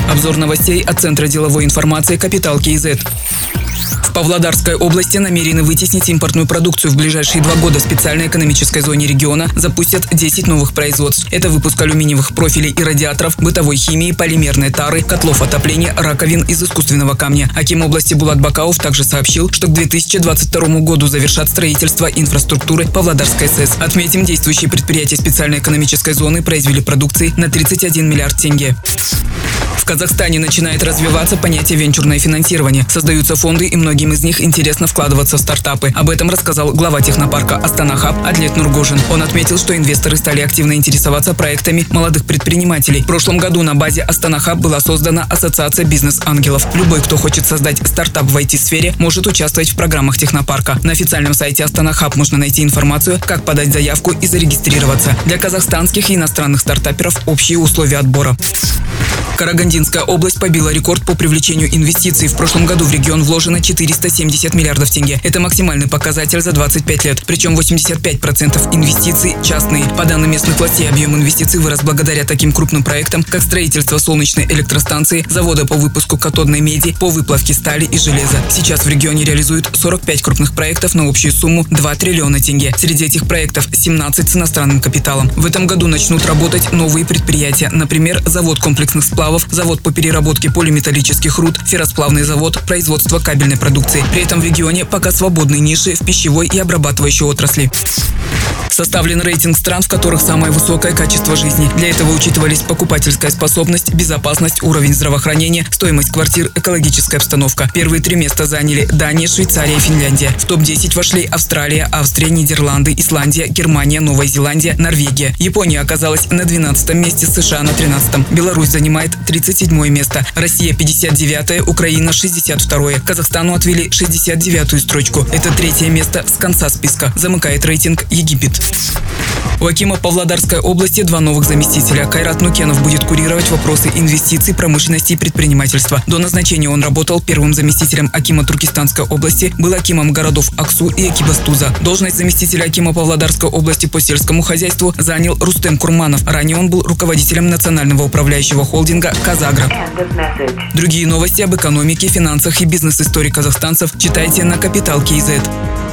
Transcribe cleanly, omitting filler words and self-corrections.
Обзор новостей от Центра деловой информации «Капитал КИЗ». В Павлодарской области намерены вытеснить импортную продукцию. В ближайшие 2 года в специальной экономической зоне региона запустят 10 новых производств. Это выпуск алюминиевых профилей и радиаторов, бытовой химии, полимерной тары, котлов отопления, раковин из искусственного камня. Аким области Булат Бакауов также сообщил, что к 2022 году завершат строительство инфраструктуры Павлодарской СЭС. Отметим, действующие предприятия специальной экономической зоны произвели продукции на 31 миллиард тенге. В Казахстане начинает развиваться понятие венчурное финансирование. Создаются фонды, и многим из них интересно вкладываться в стартапы. Об этом рассказал глава технопарка Астана Хаб Адлет Нургожин. Он отметил, что инвесторы стали активно интересоваться проектами молодых предпринимателей. В прошлом году на базе Астана Хаб была создана Ассоциация бизнес-ангелов. Любой, кто хочет создать стартап в IT-сфере, может участвовать в программах технопарка. На официальном сайте Астана Хаб можно найти информацию, как подать заявку и зарегистрироваться. Для казахстанских и иностранных стартаперов общие условия отбора. Карагандинская область побила рекорд по привлечению инвестиций. В прошлом году в регион вложено 470 миллиардов тенге. Это максимальный показатель за 25 лет. Причем 85% инвестиций частные. По данным местных властей, объем инвестиций вырос благодаря таким крупным проектам, как строительство солнечной электростанции, завода по выпуску катодной меди, по выплавке стали и железа. Сейчас в регионе реализуют 45 крупных проектов на общую сумму 2 триллиона тенге. Среди этих проектов 17 с иностранным капиталом. В этом году начнут работать новые предприятия. Например, завод комплексных сплавов, завод по переработке полиметаллических руд, ферросплавный завод, производство кабельной продукции. При этом в регионе пока свободные ниши в пищевой и обрабатывающей отрасли. Составлен рейтинг стран, в которых самое высокое качество жизни. Для этого учитывались покупательская способность, безопасность, уровень здравоохранения, стоимость квартир, экологическая обстановка. Первые 3 места заняли Дания, Швейцария и Финляндия. В топ-10 вошли Австралия, Австрия, Нидерланды, Исландия, Германия, Новая Зеландия, Норвегия. Япония оказалась на 12-м месте, США на 13-м. Беларусь занимает 37-е место. Россия 59-е, Украина 62-е. Казахстану отвели 69-ю строчку. Это 3-е место с конца списка. Замыкает рейтинг Египет. У акима Павлодарской области 2 новых заместителя. Кайрат Нукенов будет курировать вопросы инвестиций, промышленности и предпринимательства. До назначения он работал первым заместителем акима Туркестанской области, был акимом городов Аксу и Экибастуза. Должность заместителя акима Павлодарской области по сельскому хозяйству занял Рустем Курманов. Ранее он был руководителем национального управляющего холдинга «Казагро». Другие новости об экономике, финансах и бизнес-истории казахстанцев читайте на Капитал КИЗ.